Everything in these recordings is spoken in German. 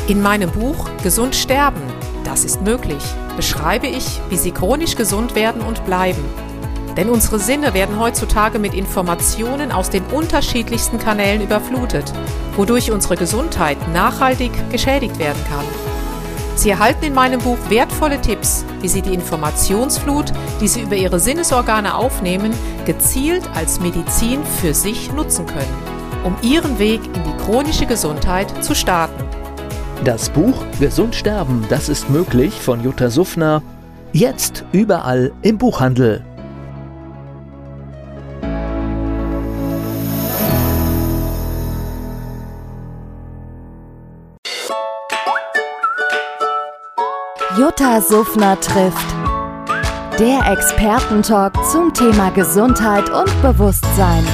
In meinem Buch Gesund sterben, das ist möglich, beschreibe ich, wie Sie chronisch gesund werden und bleiben. Denn unsere Sinne werden heutzutage mit Informationen aus den unterschiedlichsten Kanälen überflutet, wodurch unsere Gesundheit nachhaltig geschädigt werden kann. Sie erhalten in meinem Buch wertvolle Tipps, wie Sie die Informationsflut, die Sie über Ihre Sinnesorgane aufnehmen, gezielt als Medizin für sich nutzen können, um Ihren Weg in die chronische Gesundheit zu starten. Das Buch Gesund sterben, das ist möglich von Jutta Suffner, jetzt überall im Buchhandel. Jutta Suffner trifft. Der Expertentalk zum Thema Gesundheit und Bewusstsein.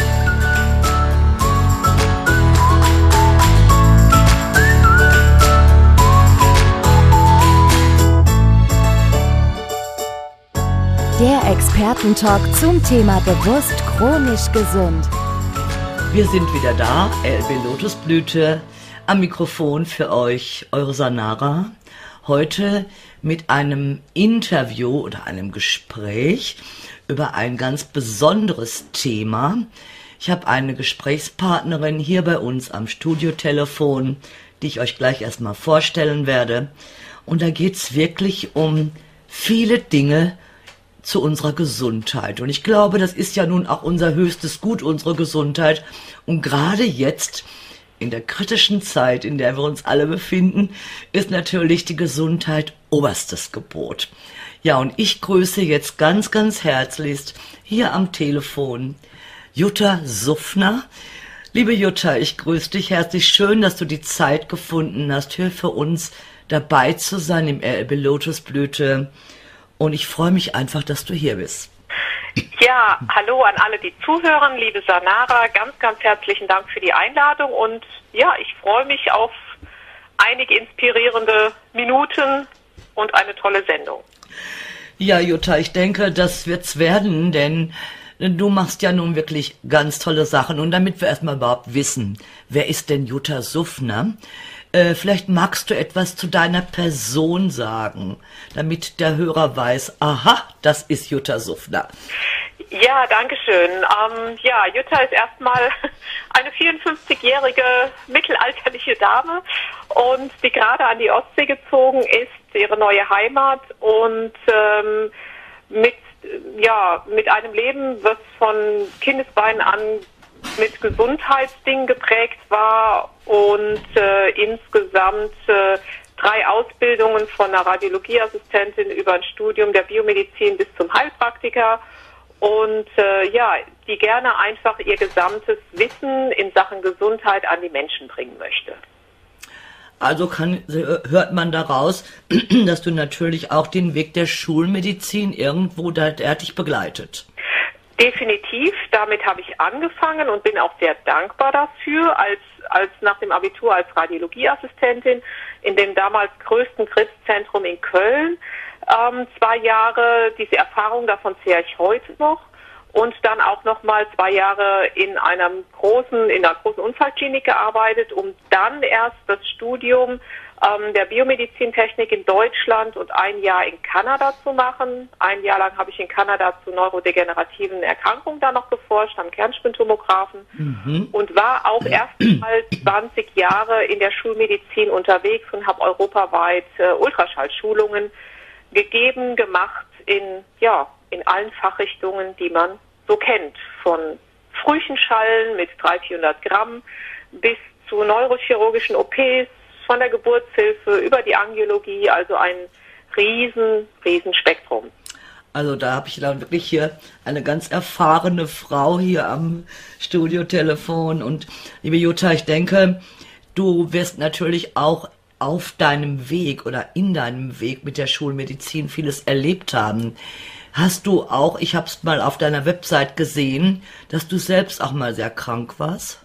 Der Expertentalk zum Thema bewusst chronisch gesund. Wir sind wieder da, LB Lotusblüte, am Mikrofon für euch, eure Sanara. Heute mit einem Interview oder einem Gespräch über ein ganz besonderes Thema. Ich habe eine Gesprächspartnerin hier bei uns am Studiotelefon, die ich euch gleich erstmal vorstellen werde. Und da geht es wirklich um viele Dinge zu unserer Gesundheit. Und ich glaube, das ist ja nun auch unser höchstes Gut, unsere Gesundheit. Und gerade jetzt, in der kritischen Zeit, in der wir uns alle befinden, ist natürlich die Gesundheit oberstes Gebot. Ja, und ich grüße jetzt ganz, ganz herzlichst hier am Telefon Jutta Suffner. Liebe Jutta, ich grüße dich herzlich. Schön, dass du die Zeit gefunden hast, hier für uns dabei zu sein im LB Lotusblüte. Und ich freue mich einfach, dass du hier bist. Ja, hallo an alle, die zuhören, liebe Sanara, ganz, ganz herzlichen Dank für die Einladung und ja, ich freue mich auf einige inspirierende Minuten und eine tolle Sendung. Ja, Jutta, ich denke, das wird's werden, denn du machst ja nun wirklich ganz tolle Sachen und damit wir erstmal überhaupt wissen, wer ist denn Jutta Suffner? Vielleicht magst du etwas zu deiner Person sagen, damit der Hörer weiß, aha, das ist Jutta Suffner. Ja, danke schön. Jutta ist erstmal eine 54-jährige mittelalterliche Dame und die gerade an die Ostsee gezogen ist, ihre neue Heimat und mit einem Leben, was von Kindesbeinen an mit Gesundheitsdingen geprägt war und insgesamt 3 Ausbildungen von einer Radiologieassistentin über ein Studium der Biomedizin bis zum Heilpraktiker und die gerne einfach ihr gesamtes Wissen in Sachen Gesundheit an die Menschen bringen möchte. Also hört man daraus, dass du natürlich auch den Weg der Schulmedizin irgendwo dich begleitet. Definitiv, damit habe ich angefangen und bin auch sehr dankbar dafür, als nach dem Abitur als Radiologieassistentin in dem damals größten Krebszentrum in Köln 2 Jahre. Diese Erfahrung, davon zehre ich heute noch. Und dann auch nochmal 2 Jahre in einer großen Unfallklinik gearbeitet, um dann erst das Studium der Biomedizintechnik in Deutschland und 1 Jahr in Kanada zu machen. 1 Jahr lang habe ich in Kanada zu neurodegenerativen Erkrankungen da noch geforscht, am Kernspintomographen und war auch erstmal 20 Jahre in der Schulmedizin unterwegs und habe europaweit Ultraschallschulungen gegeben, gemacht in allen Fachrichtungen, die man so kennt. Von Frühchenschallen mit 300-400 Gramm bis zu neurochirurgischen OPs, von der Geburtshilfe über die Angiologie, also ein riesen Spektrum. Also da habe ich dann wirklich hier eine ganz erfahrene Frau hier am Studiotelefon. Und liebe Jutta, ich denke, du wirst natürlich auch auf deinem Weg oder in deinem Weg mit der Schulmedizin vieles erlebt haben. Hast du auch, ich habe es mal auf deiner Website gesehen, dass du selbst auch mal sehr krank warst?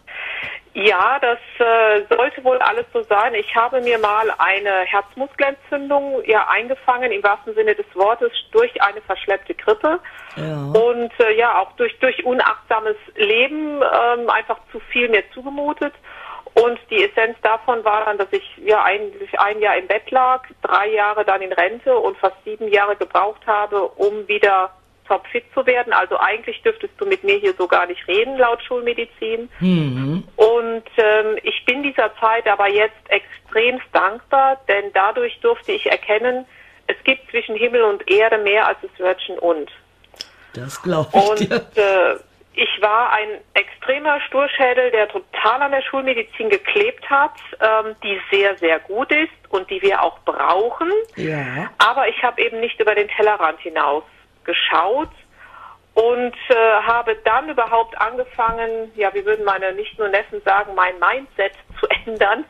Ja, das sollte wohl alles so sein. Ich habe mir mal eine Herzmuskelentzündung eingefangen, im wahrsten Sinne des Wortes, durch eine verschleppte Grippe. Ja. Und auch durch unachtsames Leben einfach zu viel mir zugemutet. Und die Essenz davon war dann, dass ich ja eigentlich ein Jahr im Bett lag, 3 Jahre dann in Rente und fast 7 Jahre gebraucht habe, um wieder topfit zu werden. Also eigentlich dürftest du mit mir hier so gar nicht reden, laut Schulmedizin. Und ich bin dieser Zeit aber jetzt extremst dankbar, denn dadurch durfte ich erkennen, es gibt zwischen Himmel und Erde mehr als das Wörtchen und. Das glaube ich dir. Und ich war ein extremer Sturschädel, der total an der Schulmedizin geklebt hat, die sehr, sehr gut ist und die wir auch brauchen. Ja. Aber ich habe eben nicht über den Tellerrand hinaus geschaut und habe dann überhaupt angefangen, ja, wie würden meine nicht nur Neffen sagen, mein Mindset zu ändern.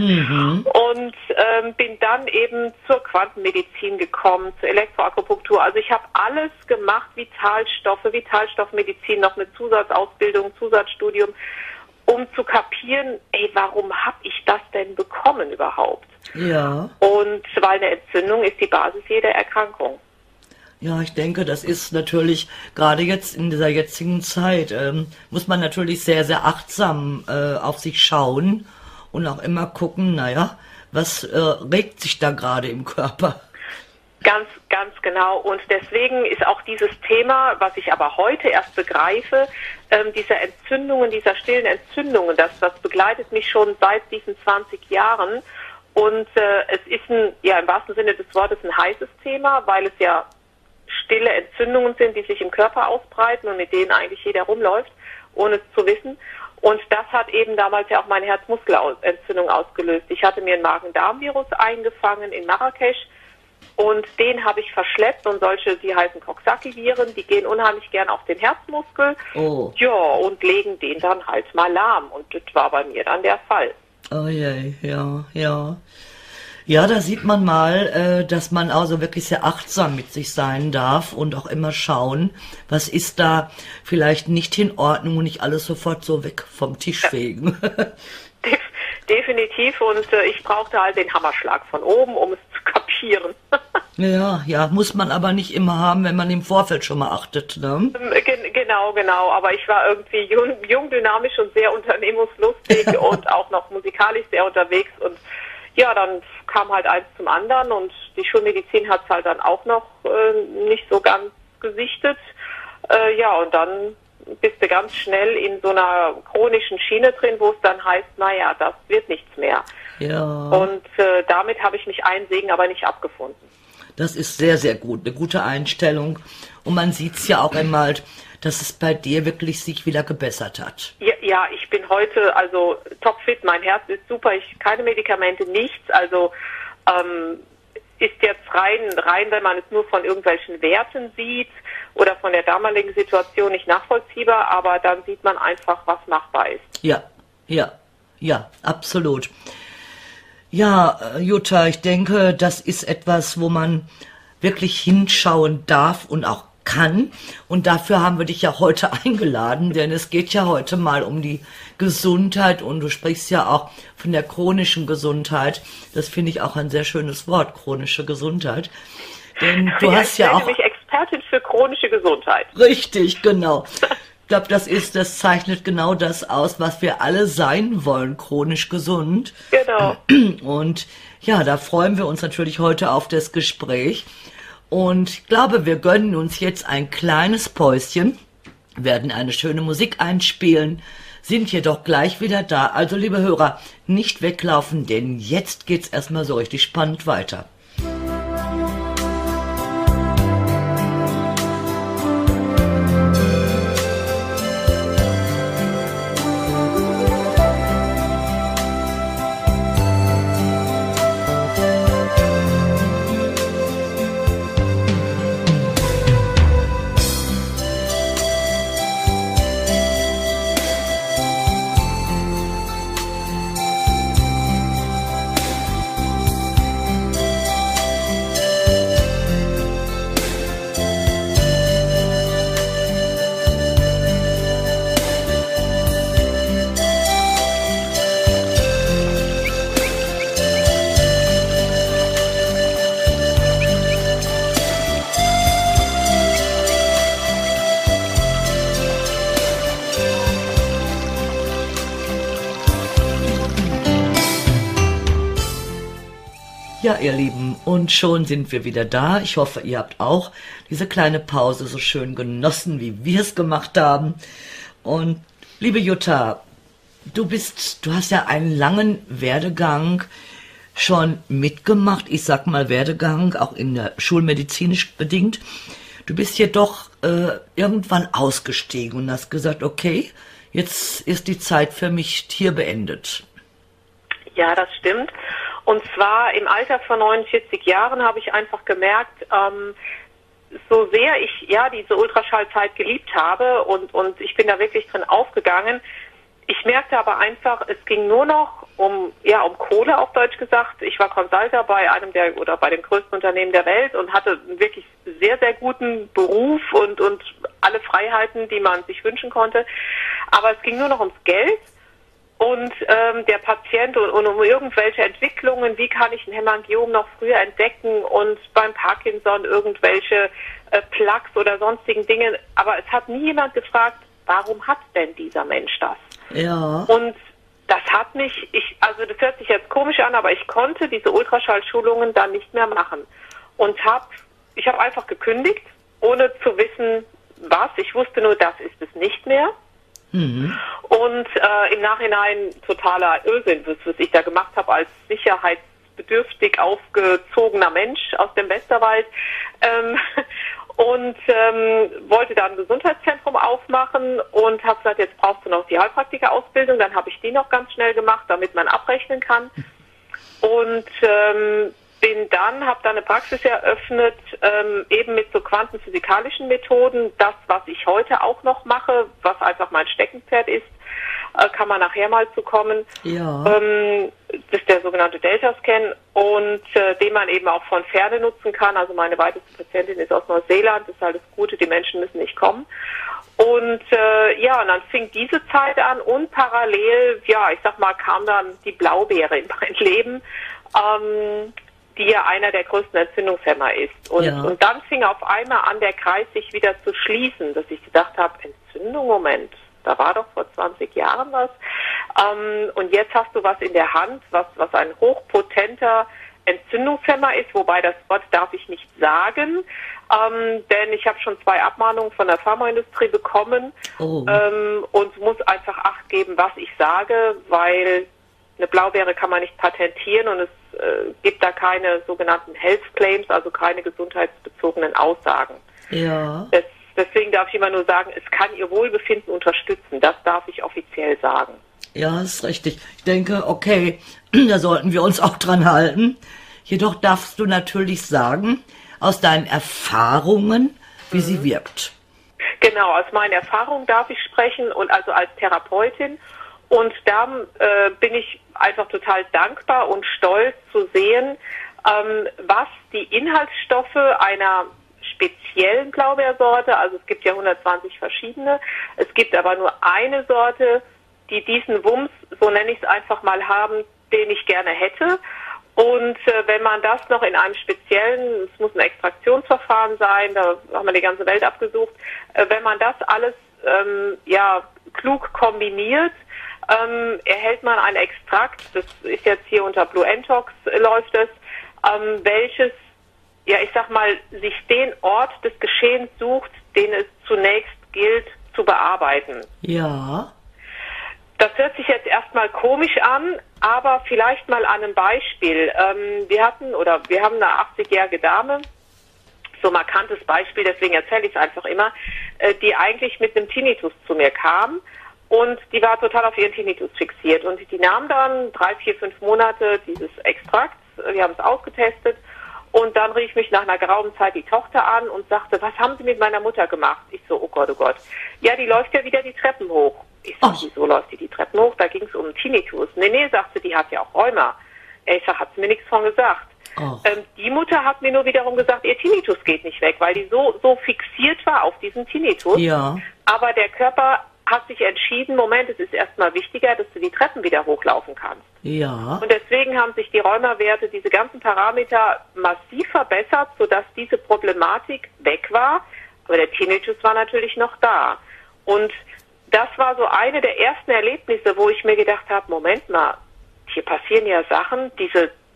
Und bin dann eben zur Quantenmedizin gekommen, zur Elektroakupunktur. Also ich habe alles gemacht, Vitalstoffmedizin, noch eine Zusatzausbildung, Zusatzstudium, um zu kapieren, warum habe ich das denn bekommen überhaupt? Ja. Und weil eine Entzündung ist die Basis jeder Erkrankung. Ja, ich denke, das ist natürlich, gerade jetzt in dieser jetzigen Zeit, muss man natürlich sehr, sehr achtsam auf sich schauen und auch immer gucken, naja, was regt sich da gerade im Körper? Ganz, ganz genau. Und deswegen ist auch dieses Thema, was ich aber heute erst begreife, dieser Entzündungen, dieser stillen Entzündungen, das begleitet mich schon seit diesen 20 Jahren. Und es ist im wahrsten Sinne des Wortes ein heißes Thema, weil es ja stille Entzündungen sind, die sich im Körper ausbreiten und mit denen eigentlich jeder rumläuft, ohne es zu wissen. Und das hat eben damals ja auch meine Herzmuskelentzündung ausgelöst. Ich hatte mir ein Magen-Darm-Virus eingefangen in Marrakesch und den habe ich verschleppt und solche, die heißen Coxsackie-Viren, die gehen unheimlich gern auf den Herzmuskel. Oh. Ja, und legen den dann halt mal lahm. Und das war bei mir dann der Fall. Oh je, ja, ja. Ja, da sieht man mal, dass man also wirklich sehr achtsam mit sich sein darf und auch immer schauen, was ist da vielleicht nicht in Ordnung und nicht alles sofort so weg vom Tisch fegen. Definitiv, und ich brauchte halt den Hammerschlag von oben, um es zu kapieren. Ja, muss man aber nicht immer haben, wenn man im Vorfeld schon mal achtet, ne? Genau, aber ich war irgendwie jung, dynamisch und sehr unternehmungslustig und auch noch musikalisch sehr unterwegs und ja, dann kam halt eins zum anderen und die Schulmedizin hat es halt dann auch noch nicht so ganz gesichtet. Und dann bist du ganz schnell in so einer chronischen Schiene drin, wo es dann heißt, naja, das wird nichts mehr. Ja. Und damit habe ich mich einsehen, aber nicht abgefunden. Das ist sehr, sehr gut, eine gute Einstellung. Und man sieht es ja auch einmal, dass es bei dir wirklich sich wieder gebessert hat. Ja, ich bin heute also topfit, mein Herz ist super, keine Medikamente, nichts. Also ist jetzt rein, wenn man es nur von irgendwelchen Werten sieht oder von der damaligen Situation nicht nachvollziehbar, aber dann sieht man einfach, was machbar ist. Ja, absolut. Ja, Jutta, ich denke, das ist etwas, wo man wirklich hinschauen darf und auch kann. Und dafür haben wir dich ja heute eingeladen, denn es geht ja heute mal um die Gesundheit und du sprichst ja auch von der chronischen Gesundheit. Das finde ich auch ein sehr schönes Wort, chronische Gesundheit. Denn du hast ja auch... Ich bin nämlich Expertin für chronische Gesundheit. Richtig, genau. Ich glaube, das zeichnet genau das aus, was wir alle sein wollen, chronisch gesund. Genau. Und ja, da freuen wir uns natürlich heute auf das Gespräch. Und ich glaube, wir gönnen uns jetzt ein kleines Päuschen, werden eine schöne Musik einspielen, sind jedoch gleich wieder da. Also, liebe Hörer, nicht weglaufen, denn jetzt geht's erstmal so richtig spannend weiter. Ja, ihr Lieben, und schon sind wir wieder da. Ich hoffe, ihr habt auch diese kleine Pause so schön genossen, wie wir es gemacht haben. Und liebe Jutta, du hast ja einen langen Werdegang schon mitgemacht. Ich sag mal Werdegang, auch in der schulmedizinisch bedingt. Du bist jedoch irgendwann ausgestiegen und hast gesagt, okay, jetzt ist die Zeit für mich hier beendet. Ja, das stimmt. Und zwar im Alter von 49 Jahren habe ich einfach gemerkt, so sehr ich diese Ultraschallzeit geliebt habe und ich bin da wirklich drin aufgegangen. Ich merkte aber einfach, es ging nur noch um Kohle, auf Deutsch gesagt. Ich war Consultant bei bei dem größten Unternehmen der Welt und hatte einen wirklich sehr, sehr guten Beruf und alle Freiheiten, die man sich wünschen konnte. Aber es ging nur noch ums Geld. Und der Patient und um irgendwelche Entwicklungen, wie kann ich ein Hämangiom noch früher entdecken und beim Parkinson irgendwelche Plaques oder sonstigen Dinge. Aber es hat nie jemand gefragt, warum hat denn dieser Mensch das? Ja. Und das hat mich, das hört sich jetzt komisch an, aber ich konnte diese Ultraschallschulungen dann nicht mehr machen. Und ich habe einfach gekündigt, ohne zu wissen, was. Ich wusste nur, das ist es nicht mehr. Mhm. Und im Nachhinein totaler Irrsinn, was ich da gemacht habe als sicherheitsbedürftig aufgezogener Mensch aus dem Westerwald. Wollte da ein Gesundheitszentrum aufmachen und habe gesagt, jetzt brauchst du noch die Heilpraktikerausbildung. Dann habe ich die noch ganz schnell gemacht, damit man abrechnen kann. Und habe dann eine Praxis eröffnet, eben mit so quantenphysikalischen Methoden. Das, was ich heute auch noch mache, was einfach mein Steckenpferd ist, kann man nachher mal zu kommen. Ja. Das ist der sogenannte Delta-Scan und den man eben auch von Ferne nutzen kann. Also meine weiteste Patientin ist aus Neuseeland, das ist halt das Gute, die Menschen müssen nicht kommen. Und und dann fing diese Zeit an und parallel, kam dann die Blaubeere in mein Leben, die ja einer der größten Entzündungshemmer ist. Und dann fing auf einmal an, der Kreis sich wieder zu schließen, dass ich gedacht habe, Entzündung, Moment, da war doch vor 20 Jahren was. Und jetzt hast du was in der Hand, was ein hochpotenter Entzündungshemmer ist, wobei das Wort darf ich nicht sagen, denn ich habe schon 2 Abmahnungen von der Pharmaindustrie bekommen und muss einfach Acht geben, was ich sage, weil eine Blaubeere kann man nicht patentieren und es gibt da keine sogenannten Health Claims, also keine gesundheitsbezogenen Aussagen. Ja. Deswegen darf ich immer nur sagen, es kann Ihr Wohlbefinden unterstützen. Das darf ich offiziell sagen. Ja, das ist richtig. Ich denke, okay, da sollten wir uns auch dran halten. Jedoch darfst du natürlich sagen, aus deinen Erfahrungen, wie sie wirkt. Genau, aus meinen Erfahrungen darf ich sprechen und also als Therapeutin. Und da bin ich einfach total dankbar und stolz zu sehen, was die Inhaltsstoffe einer speziellen Blaubeersorte, also es gibt ja 120 verschiedene, es gibt aber nur eine Sorte, die diesen Wumms, so nenne ich es einfach mal, haben, den ich gerne hätte. Und wenn man das noch in einem speziellen, es muss ein Extraktionsverfahren sein, da haben wir die ganze Welt abgesucht, wenn man das alles klug kombiniert, erhält man ein Extrakt, das ist jetzt hier unter Blue Entox läuft es, welches, sich den Ort des Geschehens sucht, den es zunächst gilt zu bearbeiten. Ja. Das hört sich jetzt erstmal komisch an, aber vielleicht mal an einem Beispiel. Wir haben eine 80-jährige Dame, so ein markantes Beispiel, deswegen erzähle ich es einfach immer, die eigentlich mit einem Tinnitus zu mir kam und die war total auf ihren Tinnitus fixiert und die nahm dann 3, 4, 5 Monate dieses Extrakt, wir haben es ausgetestet und dann rief mich nach einer geraumen Zeit die Tochter an und sagte, was haben Sie mit meiner Mutter gemacht? Ich so, oh Gott, oh Gott. Ja, die läuft ja wieder die Treppen hoch. Ich so, wieso läuft die Treppen hoch? Da ging es um Tinnitus. Nee, sagte, die hat ja auch Rheuma. Ich sag, hat sie mir nichts von gesagt. Die Mutter hat mir nur wiederum gesagt, ihr Tinnitus geht nicht weg, weil die so fixiert war auf diesen Tinnitus. Ja. Aber der Körper hat sich entschieden, Moment, es ist erstmal wichtiger, dass du die Treppen wieder hochlaufen kannst. Ja. Und deswegen haben sich die Rheumawerte, diese ganzen Parameter massiv verbessert, sodass diese Problematik weg war. Aber der Tinnitus war natürlich noch da. Und das war so eine der ersten Erlebnisse, wo ich mir gedacht habe, Moment mal, hier passieren ja Sachen, diese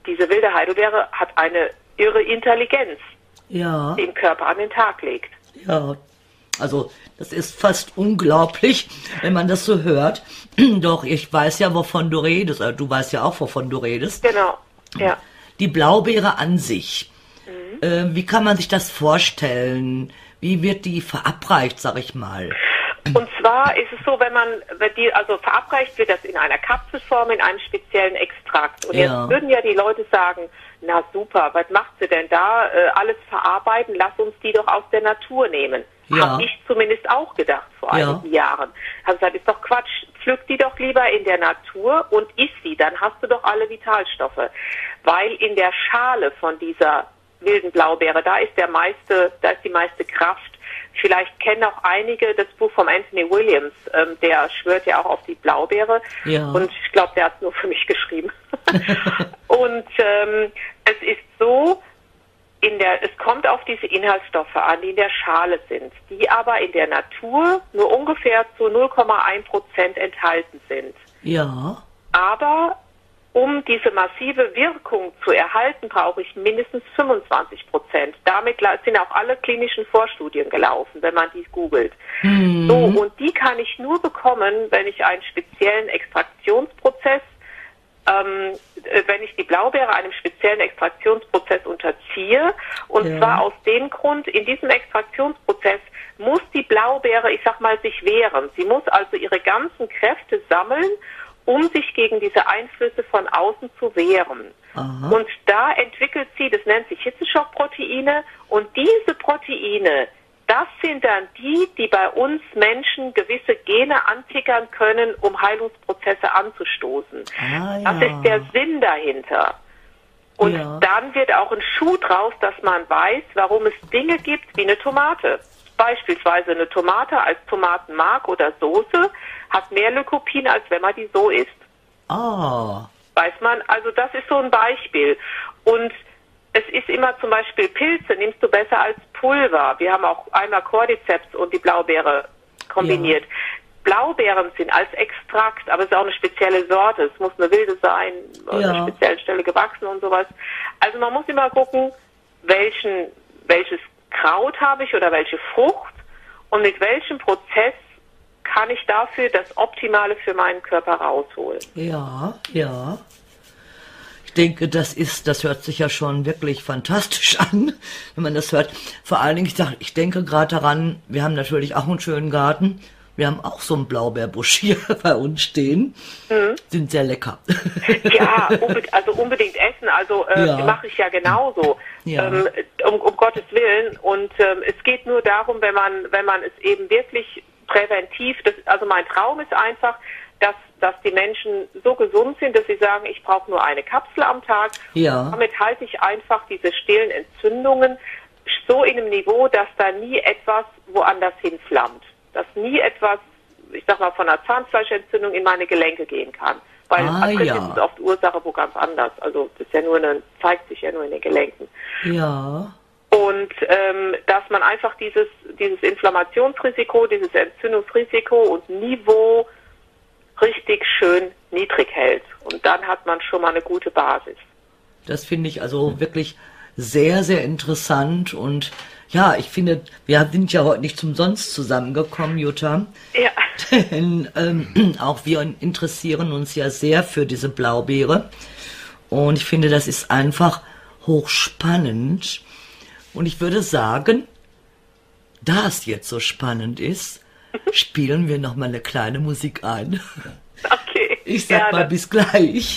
diese wilde Heidelbeere hat eine irre Intelligenz, Ja. die im Körper an den Tag legt. Ja, also das ist fast unglaublich, wenn man das so hört. Doch ich weiß ja, wovon du redest. Oder du weißt ja auch, wovon du redest. Genau, ja. Die Blaubeere an sich. Wie kann man sich das vorstellen? Wie wird die verabreicht, sag ich mal? Und zwar ist es so, wenn also verabreicht wird das in einer Kapselform, in einem speziellen Extrakt. Und Ja. jetzt würden ja die Leute sagen, na super, was macht sie denn da? Alles verarbeiten, lass uns die doch aus der Natur nehmen. Ja. Habe ich zumindest auch gedacht vor einigen Jahren. Habe gesagt, ist doch Quatsch, pflück die doch lieber in der Natur und iss sie, dann hast du doch alle Vitalstoffe. Weil in der Schale von dieser wilden Blaubeere, da ist die meiste Kraft. Vielleicht kennen auch einige das Buch von Anthony Williams, der schwört ja auch auf die Blaubeere. Ja. Und ich glaube, der hat es nur für mich geschrieben. Und es ist so, es kommt auf diese Inhaltsstoffe an, die in der Schale sind, die aber in der Natur nur ungefähr zu 0,1% enthalten sind. Ja. Aber um diese massive Wirkung zu erhalten, brauche ich mindestens 25%. Damit sind auch alle klinischen Vorstudien gelaufen, wenn man die googelt. So, und die kann ich nur bekommen, wenn ich einen speziellen Extraktionsprozess, wenn ich die Blaubeere einem speziellen Extraktionsprozess unterziehe. Und zwar aus dem Grund, in diesem Extraktionsprozess muss die Blaubeere, ich sag mal, sich wehren. Sie muss also ihre ganzen Kräfte sammeln, um sich gegen diese Einflüsse von außen zu wehren. Aha. Und da entwickelt sie, das nennt sich Hitzeschockproteine, und diese Proteine, das sind dann die bei uns Menschen gewisse Gene antickern können, um Heilungsprozesse anzustoßen. Ah, ja. Das ist der Sinn dahinter. Und dann wird auch ein Schuh draus, dass man weiß, warum es Dinge gibt wie eine Tomate. Beispielsweise eine Tomate als Tomatenmark oder Soße hat mehr Lycopin, als wenn man die so isst. Ah. Weiß man, also das ist so ein Beispiel. Und es ist immer zum Beispiel Pilze, nimmst du besser als Pulver. Wir haben auch einmal Cordyceps und die Blaubeere kombiniert. Ja. Blaubeeren sind als Extrakt, aber es ist auch eine spezielle Sorte. Es muss eine wilde sein, an einer speziellen Stelle gewachsen und sowas. Also man muss immer gucken, welches Kraut habe ich oder welche Frucht und mit welchem Prozess kann ich dafür das Optimale für meinen Körper rausholen. Ja, ja. Ich denke, das hört sich ja schon wirklich fantastisch an, wenn man das hört. Vor allen Dingen, ich denke gerade daran, wir haben natürlich auch einen schönen Garten. Wir haben auch so einen Blaubeerbusch hier bei uns stehen. Sind sehr lecker. Ja, unbedingt essen. Also die mache ich ja genauso. Ja. Um Gottes Willen. Und es geht nur darum, wenn man es eben wirklich präventiv, also mein Traum ist einfach, dass die Menschen so gesund sind, dass sie sagen, ich brauche nur eine Kapsel am Tag. Ja. Damit halte ich einfach diese stillen Entzündungen so in einem Niveau, dass da nie etwas woanders hinflammt. Dass nie etwas, ich sag mal, von einer Zahnfleischentzündung in meine Gelenke gehen kann. Weil Arthritis ist oft Ursache wo ganz anders. Also das ist ja zeigt sich ja nur in den Gelenken. Ja. Und dass man einfach dieses Inflammationsrisiko, dieses Entzündungsrisiko und Niveau richtig schön niedrig hält. Und dann hat man schon mal eine gute Basis. Das finde ich also wirklich sehr, sehr interessant. Und ja, ich finde, wir sind ja heute nicht umsonst zusammengekommen, Jutta. Ja. Denn auch wir interessieren uns ja sehr für diese Blaubeere. Und ich finde, das ist einfach hochspannend. Und ich würde sagen, da es jetzt so spannend ist, spielen wir noch mal eine kleine Musik ein. Okay. Ich sag mal bis gleich.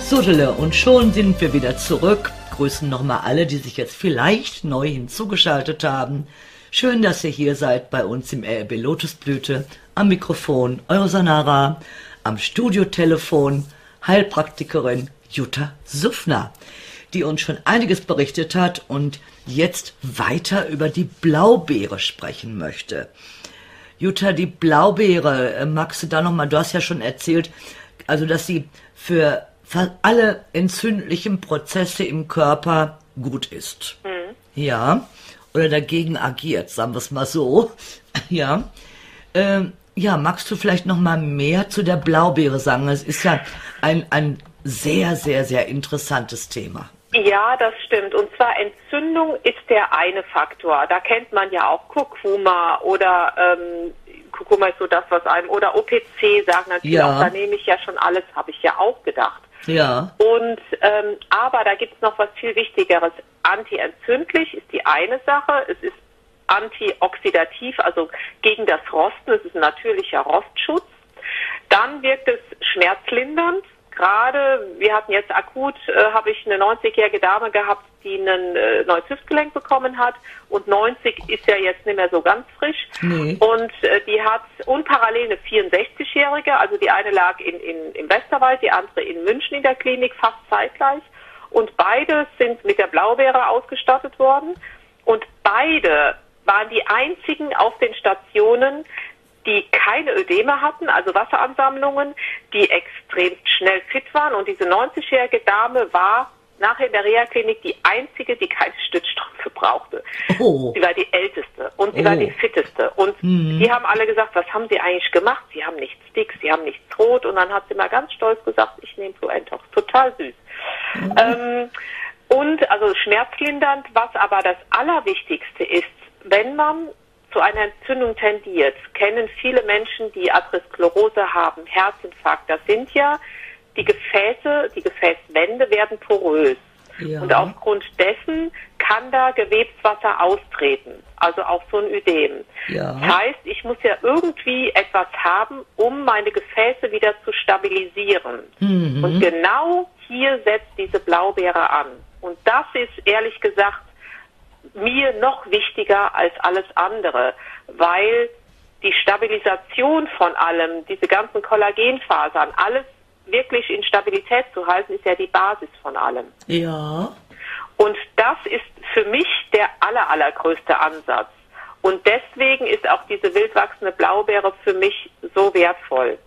Sudele, und schon sind wir wieder zurück. Grüßen nochmal alle, die sich jetzt vielleicht neu hinzugeschaltet haben. Schön, dass ihr hier seid bei uns im RB Lotusblüte. Am Mikrofon eure Sanara, am Studiotelefon Heilpraktikerin Jutta Suffner, die uns schon einiges berichtet hat und jetzt weiter über die Blaubeere sprechen möchte. Jutta, die Blaubeere, magst du da nochmal, du hast ja schon erzählt, also dass sie für alle entzündlichen Prozesse im Körper gut ist. Mhm. Ja, oder dagegen agiert, sagen wir es mal so. Ja, ja, magst du vielleicht noch mal mehr zu der Blaubeere sagen? Es ist ja ein sehr, sehr, sehr interessantes Thema. Ja, das stimmt. Und zwar Entzündung ist der eine Faktor. Da kennt man ja auch Kurkuma oder Kurkuma ist so das, was einem, oder OPC sagen natürlich auch, da nehme ich ja schon alles, habe ich ja auch gedacht. Ja. Und aber da gibt es noch was viel Wichtigeres. Antientzündlich ist die eine Sache. Es ist antioxidativ, also gegen das Rosten. Es ist ein natürlicher Rostschutz. Dann wirkt es schmerzlindernd. Gerade, wir hatten jetzt akut, habe ich eine 90-jährige Dame gehabt, die ein neues Hüftgelenk bekommen hat. Und 90 ist ja jetzt nicht mehr so ganz frisch. Nee. Und die hat unparallel eine 64-jährige, also die eine lag im Westerwald, die andere in München in der Klinik, fast zeitgleich. Und beide sind mit der Blaubeere ausgestattet worden. Und beide waren die einzigen auf den Stationen, die keine Ödeme hatten, also Wasseransammlungen, die extrem schnell fit waren. Und diese 90-jährige Dame war nachher in der Reha-Klinik die einzige, die keine Stützstrümpfe brauchte. Oh. Sie war die älteste und sie war die fitteste. Und die haben alle gesagt, was haben Sie eigentlich gemacht? Sie haben nichts dick, Sie haben nichts rot. Und dann hat sie mal ganz stolz gesagt, ich nehme Fluentox. Total süß. Und also schmerzlindernd, was aber das Allerwichtigste ist, wenn man zu einer Entzündung tendiert, kennen viele Menschen, die Atherosklerose haben, Herzinfarkt. Das sind ja die Gefäße, die Gefäßwände werden porös. Ja. Und aufgrund dessen kann da Gewebswasser austreten, also auch so ein Ödem. Ja. Das heißt, ich muss ja irgendwie etwas haben, um meine Gefäße wieder zu stabilisieren. Mhm. Und genau hier setzt diese Blaubeere an. Und das ist ehrlich gesagt mir noch wichtiger als alles andere, weil die Stabilisation von allem, diese ganzen Kollagenfasern, alles wirklich in Stabilität zu halten, ist ja die Basis von allem. Ja. Und das ist für mich der allergrößte Ansatz. Und deswegen ist auch diese wildwachsende Blaubeere für mich so wertvoll.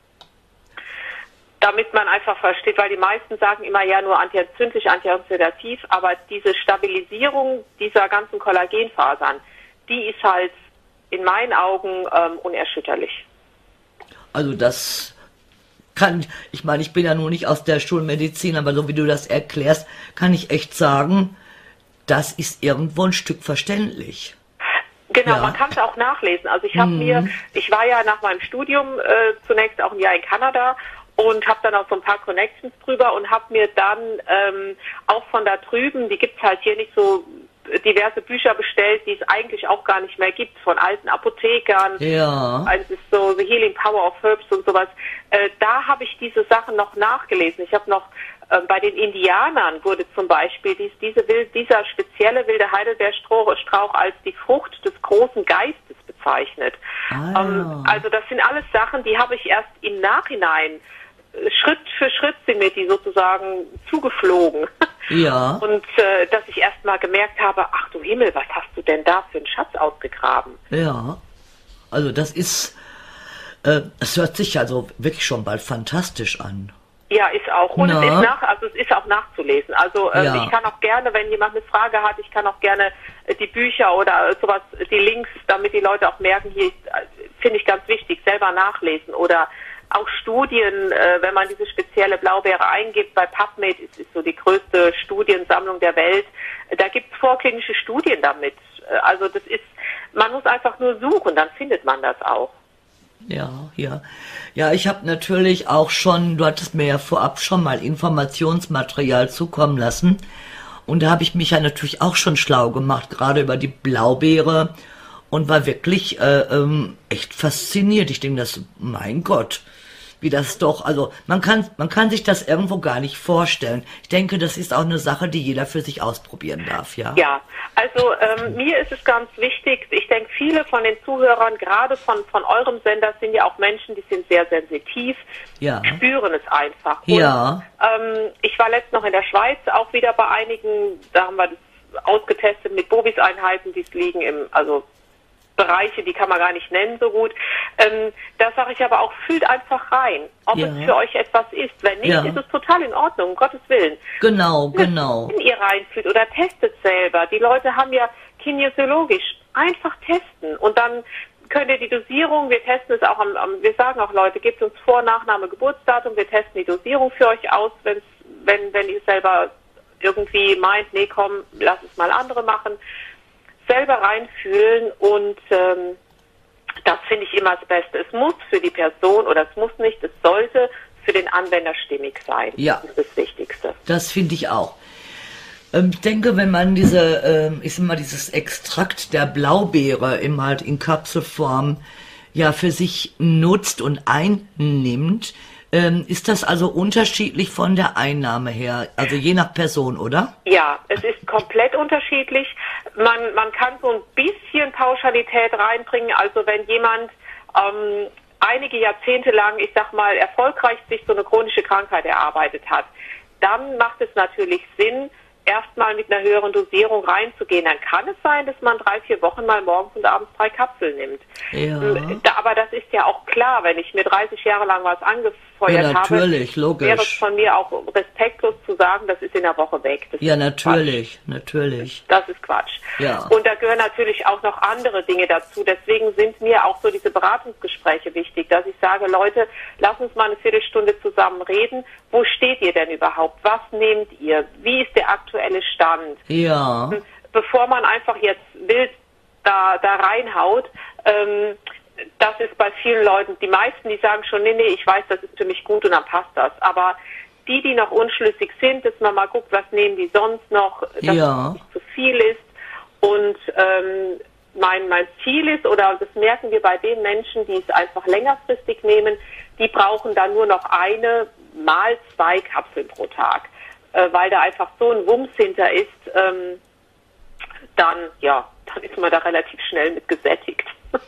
Damit man einfach versteht, weil die meisten sagen immer ja nur antientzündlich, antioxidativ, aber diese Stabilisierung dieser ganzen Kollagenfasern, die ist halt in meinen Augen unerschütterlich. Also das kann, ich meine, ich bin ja nur nicht aus der Schulmedizin, aber so wie du das erklärst, kann ich echt sagen, das ist irgendwo ein Stück verständlich. Genau, ja. Man kann es auch nachlesen. Also ich habe ich war ja nach meinem Studium zunächst auch ein Jahr in Kanada und habe dann auch so ein paar Connections drüber und habe mir dann auch von da drüben, die gibt's halt hier nicht so, diverse Bücher bestellt, die es eigentlich auch gar nicht mehr gibt, von alten Apothekern. Ja. Also es ist so The Healing Power of Herbs und sowas. Da habe ich diese Sachen noch nachgelesen. Ich habe noch bei den Indianern wurde zum Beispiel dieser spezielle wilde Heidelbeerstrauch als die Frucht des großen Geistes bezeichnet. Also das sind alles Sachen, die habe ich erst im Nachhinein, Schritt für Schritt sind mir die sozusagen zugeflogen. Ja. Und dass ich erst mal gemerkt habe, ach du Himmel, was hast du denn da für einen Schatz ausgegraben? Ja, also das ist, es hört sich also wirklich schon bald fantastisch an. Ja, ist auch. Und es ist auch nachzulesen. Also ich kann auch gerne, wenn jemand eine Frage hat, ich kann auch gerne die Bücher oder sowas, die Links, damit die Leute auch merken, hier finde ich ganz wichtig, selber nachlesen oder auch Studien, wenn man diese spezielle Blaubeere eingibt, bei PubMed ist so die größte Studiensammlung der Welt, da gibt es vorklinische Studien damit. Also das ist, man muss einfach nur suchen, dann findet man das auch. Ja. Ja, ich habe natürlich auch schon, du hattest mir ja vorab schon mal Informationsmaterial zukommen lassen und da habe ich mich ja natürlich auch schon schlau gemacht, gerade über die Blaubeere und war wirklich echt fasziniert. Ich denke, mein Gott, wie das doch, also man kann sich das irgendwo gar nicht vorstellen. Ich denke, das ist auch eine Sache, die jeder für sich ausprobieren darf, ja. Ja, also mir ist es ganz wichtig, ich denke, viele von den Zuhörern, gerade von eurem Sender, sind ja auch Menschen, die sind sehr sensitiv, Ja. spüren es einfach. Ja. Und, ich war letztens noch in der Schweiz, auch wieder bei einigen, da haben wir das ausgetestet mit Bobis-Einheiten, die liegen also Bereiche, die kann man gar nicht nennen so gut. Da sage ich aber auch, fühlt einfach rein, ob es für euch etwas ist. Wenn nicht, ist es total in Ordnung, um Gottes Willen. Genau. Wenn ihr reinfühlt oder testet selber. Die Leute haben ja kinesiologisch einfach testen und dann könnt ihr die Dosierung, wir testen es auch wir sagen auch Leute, gebt uns Vor-, Nachname, Geburtsdatum, wir testen die Dosierung für euch aus, wenn ihr selber irgendwie meint, nee komm, lass es mal andere machen. Selber reinfühlen und das finde ich immer das Beste. Es muss für die Person oder es muss nicht, es sollte für den Anwender stimmig sein. Ja. Das ist das Wichtigste. Das finde ich auch. Ich denke, wenn man dieses Extrakt der Blaubeere halt in Kapselform ja für sich nutzt und einnimmt, ist das also unterschiedlich von der Einnahme her, also je nach Person, oder? Ja, es ist komplett unterschiedlich. Man kann so ein bisschen Pauschalität reinbringen, also wenn jemand einige Jahrzehnte lang, ich sag mal, erfolgreich sich so eine chronische Krankheit erarbeitet hat, dann macht es natürlich Sinn, erstmal mit einer höheren Dosierung reinzugehen. Dann kann es sein, dass man 3-4 Wochen mal morgens und abends 3 Kapseln nimmt. Ja. Aber das ist ja auch klar, wenn ich mir 30 Jahre lang was angefeuert natürlich, habe, logisch. wäre es von mir auch respektlos zu sagen, das ist in der Woche weg. Das Ja, ist natürlich. Das ist Quatsch. Ja. Und da gehören natürlich auch noch andere Dinge dazu. Deswegen sind mir auch so diese Beratungsgespräche wichtig, dass ich sage, Leute, lasst uns mal eine Viertelstunde zusammen reden. Wo steht ihr denn überhaupt? Was nehmt ihr? Wie ist der aktuelle Stand? Ja. Bevor man einfach jetzt wild da reinhaut, das ist bei vielen Leuten, die meisten, die sagen schon, nee, ich weiß, das ist für mich gut und dann passt das. Aber die noch unschlüssig sind, dass man mal guckt, was nehmen die sonst noch, dass es nicht zu viel ist. Und mein Ziel ist, oder das merken wir bei den Menschen, die es einfach längerfristig nehmen, die brauchen dann nur noch 1 mal 2 Kapseln pro Tag, weil da einfach so ein Wumms hinter ist, dann ist man da relativ schnell mit gesättigt.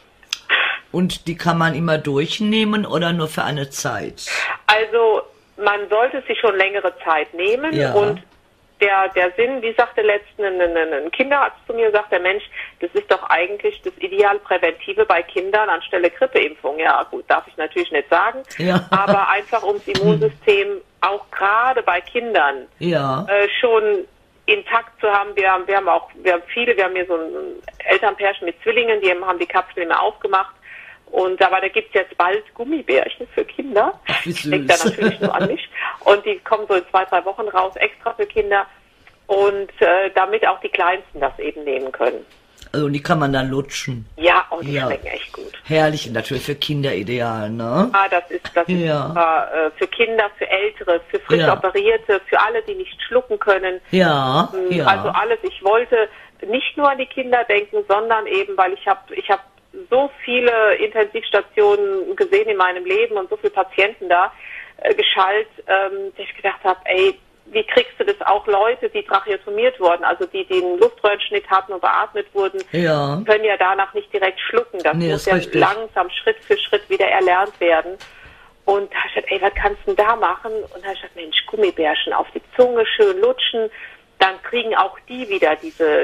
Und die kann man immer durchnehmen oder nur für eine Zeit? Also man sollte sich schon längere Zeit nehmen und der Sinn, wie sagte letztens ein Kinderarzt zu mir, sagt der Mensch, das ist doch eigentlich das Idealpräventive bei Kindern anstelle Grippeimpfung. Ja gut, darf ich natürlich nicht sagen, aber einfach ums Immunsystem auch gerade bei Kindern schon intakt zu haben. Wir haben hier so ein Elternpärchen mit Zwillingen, die haben die Kapsel immer aufgemacht. Aber da gibt's jetzt bald Gummibärchen für Kinder. Ach, wie süß. Ich denke da natürlich nur an mich. Und die kommen so in 2-3 Wochen raus, extra für Kinder. Und damit auch die Kleinsten das eben nehmen können. Also die kann man dann lutschen. Ja, die schmecken echt gut. Herrlich, natürlich für Kinder ideal, ne? Ah, das ist für Kinder, für Ältere, für frisch Operierte, für alle, die nicht schlucken können. Also alles. Ich wollte nicht nur an die Kinder denken, sondern eben, weil ich hab so viele Intensivstationen gesehen in meinem Leben und so viele Patienten da geschallt, dass ich gedacht habe, ey, wie kriegst du das auch Leute, die tracheotomiert wurden, also die einen Luftröhrenschnitt hatten und beatmet wurden, können ja danach nicht direkt schlucken. Das muss ja langsam Schritt für Schritt wieder erlernt werden. Und da habe ich gesagt, ey, was kannst du denn da machen? Und da habe ich gesagt, Mensch, Gummibärchen auf die Zunge schön lutschen, dann kriegen auch die wieder diese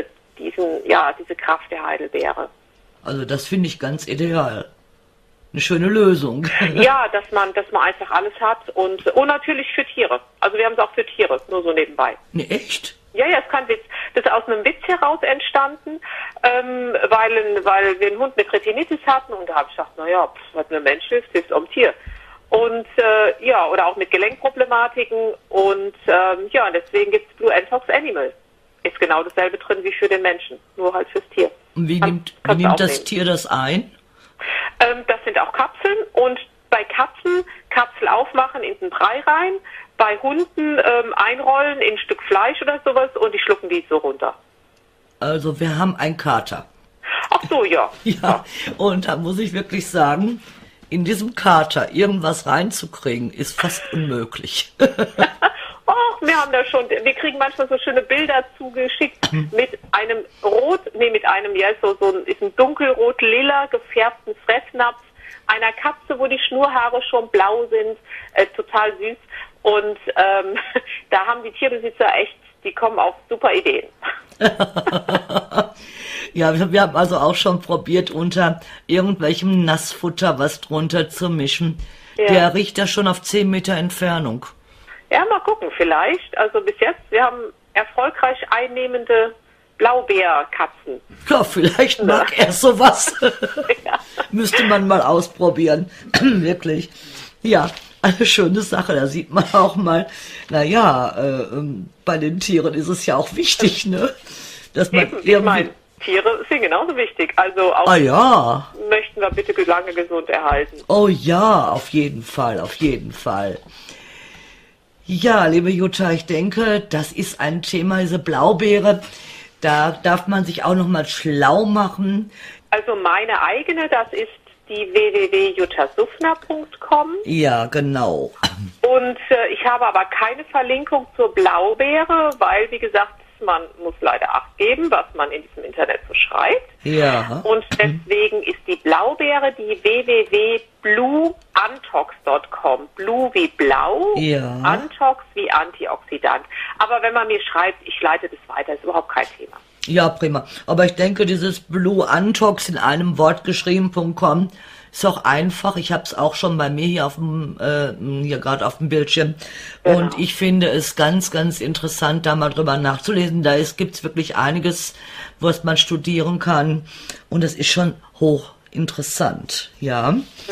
Kraft der Heidelbeere. Also das finde ich ganz ideal. Eine schöne Lösung. Ja, dass man einfach alles hat und natürlich für Tiere. Also wir haben es auch für Tiere, nur so nebenbei. Ne, echt? Ja, es ist kein Witz. Das ist aus einem Witz heraus entstanden, weil wir einen Hund mit Retinitis hatten und da habe ich gedacht, naja, was einem Mensch hilft auch dem Tier. Und oder auch mit Gelenkproblematiken und deswegen gibt es Blue Antox Animal. Ist genau dasselbe drin wie für den Menschen, nur halt fürs Tier. Und wie nimmt das Tier das ein? Das sind auch Kapseln und bei Katzen Kapsel aufmachen in den Brei rein, bei Hunden einrollen in ein Stück Fleisch oder sowas und die schlucken die so runter. Also wir haben einen Kater. Ach so, ja. Ja, und da muss ich wirklich sagen, in diesem Kater irgendwas reinzukriegen, ist fast unmöglich. Och, wir kriegen manchmal so schöne Bilder zugeschickt mit einem ist ein dunkelrot-lila gefärbten Fressnapf einer Katze, wo die Schnurhaare schon blau sind, total süß. Und da haben die Tierbesitzer die kommen auf super Ideen. Ja, wir haben also auch schon probiert, unter irgendwelchem Nassfutter was drunter zu mischen. Ja. Der riecht ja schon auf 10 Meter Entfernung. Ja, mal gucken, vielleicht. Also bis jetzt, wir haben erfolgreich einnehmende Blaubeerkatzen. Ja, vielleicht mag er sowas. Ja. Müsste man mal ausprobieren. Wirklich. Ja, eine schöne Sache. Da sieht man auch mal, bei den Tieren ist es ja auch wichtig, ne? Dass man irgendwie... Tiere sind genauso wichtig. Also auch möchten wir bitte lange gesund erhalten. Oh ja, auf jeden Fall, auf jeden Fall. Ja, liebe Jutta, ich denke, das ist ein Thema, diese Blaubeere. Da darf man sich auch noch mal schlau machen. Also meine eigene, das ist die www.juttasufner.com. Ja, genau. Und ich habe aber keine Verlinkung zur Blaubeere, weil, wie gesagt, man muss leider Acht geben, was man in diesem Internet so schreibt. Ja. Und deswegen ist die Blaubeere die www.blueantox.com. Blue wie blau, Antox wie Antioxidant. Aber wenn man mir schreibt, ich leite das weiter, ist überhaupt kein Thema. Ja, prima. Aber ich denke, dieses Blueantox in einem Wort geschrieben.com ist auch einfach. Ich habe es auch schon bei mir hier hier gerade auf dem Bildschirm. Genau. Und ich finde es ganz, ganz interessant, da mal drüber nachzulesen. Da gibt's wirklich einiges, was man studieren kann. Und es ist schon hochinteressant. Ja.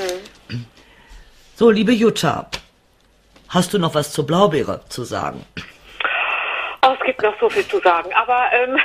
So, liebe Jutta, hast du noch was zur Blaubeere zu sagen? Oh, es gibt noch so viel zu sagen. Aber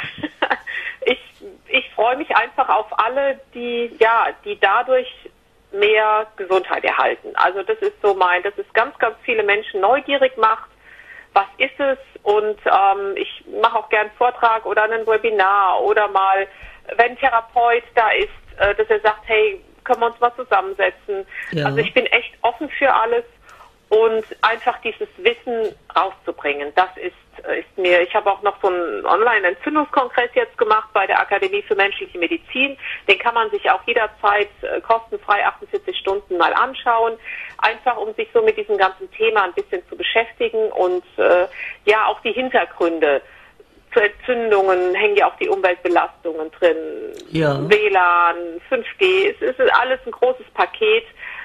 ich freue mich einfach auf alle, die dadurch mehr Gesundheit erhalten. Also das ist so dass es ganz, ganz viele Menschen neugierig macht. Was ist es? Und ich mache auch gern einen Vortrag oder ein Webinar oder mal, wenn ein Therapeut da ist, dass er sagt, hey, können wir uns mal zusammensetzen. Ja. Also ich bin echt offen für alles und einfach dieses Wissen rauszubringen. Das ist mir, ich habe auch noch so einen Online-Entzündungskongress jetzt gemacht bei der Akademie für menschliche Medizin. Den kann man sich auch jederzeit kostenfrei 48 Stunden mal anschauen. Einfach, um sich so mit diesem ganzen Thema ein bisschen zu beschäftigen und auch die Hintergründe zu Entzündungen hängen ja auch die Umweltbelastungen drin. Ja. WLAN, 5G, es ist alles ein großes Paket,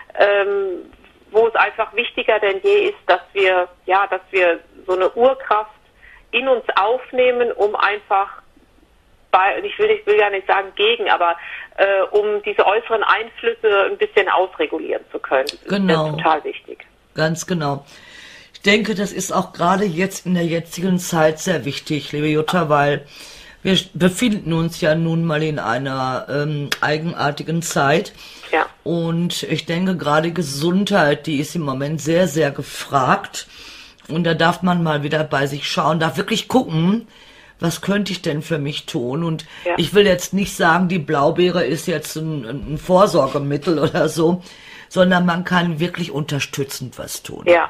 wo es einfach wichtiger denn je ist, dass wir so eine Urkraft in uns aufnehmen, um einfach ich will ja nicht sagen aber um diese äußeren Einflüsse ein bisschen ausregulieren zu können. Genau. Das ist total wichtig. Ganz genau. Ich denke, das ist auch gerade jetzt in der jetzigen Zeit sehr wichtig, liebe Jutta, weil wir befinden uns ja nun mal in einer eigenartigen Zeit. Ja. Und ich denke, gerade Gesundheit, die ist im Moment sehr, sehr gefragt. Und da darf man mal wieder bei sich schauen, darf wirklich gucken, was könnte ich denn für mich tun? Und ich will jetzt nicht sagen, die Blaubeere ist jetzt ein Vorsorgemittel oder so, sondern man kann wirklich unterstützend was tun. Ja.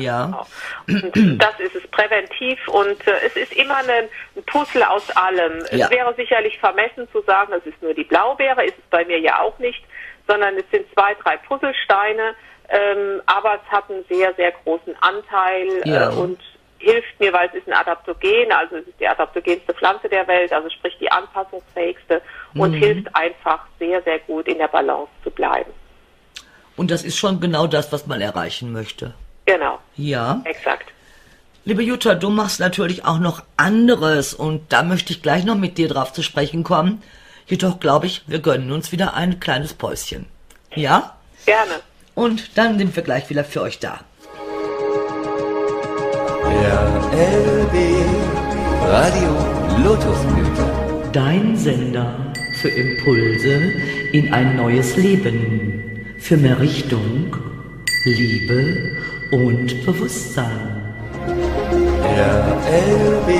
Und das ist es, präventiv, und es ist immer ein Puzzle aus allem. Es wäre sicherlich vermessen zu sagen, es ist nur die Blaubeere, ist es bei mir ja auch nicht, sondern es sind 2, 3 Puzzlesteine, aber es hat einen sehr, sehr großen Anteil und hilft mir, weil es ist ein Adaptogen, also es ist die adaptogenste Pflanze der Welt, also sprich die anpassungsfähigste und hilft einfach sehr, sehr gut in der Balance zu bleiben. Und das ist schon genau das, was man erreichen möchte. Genau. Ja. Exakt. Liebe Jutta, du machst natürlich auch noch anderes und da möchte ich gleich noch mit dir drauf zu sprechen kommen. Jedoch glaube ich, wir gönnen uns wieder ein kleines Päuschen. Ja? Gerne. Und dann sind wir gleich wieder für euch da. RLB Radio Lotusblüte. Dein Sender für Impulse in ein neues Leben. Für mehr Richtung, Liebe und Bewusstsein. RLB.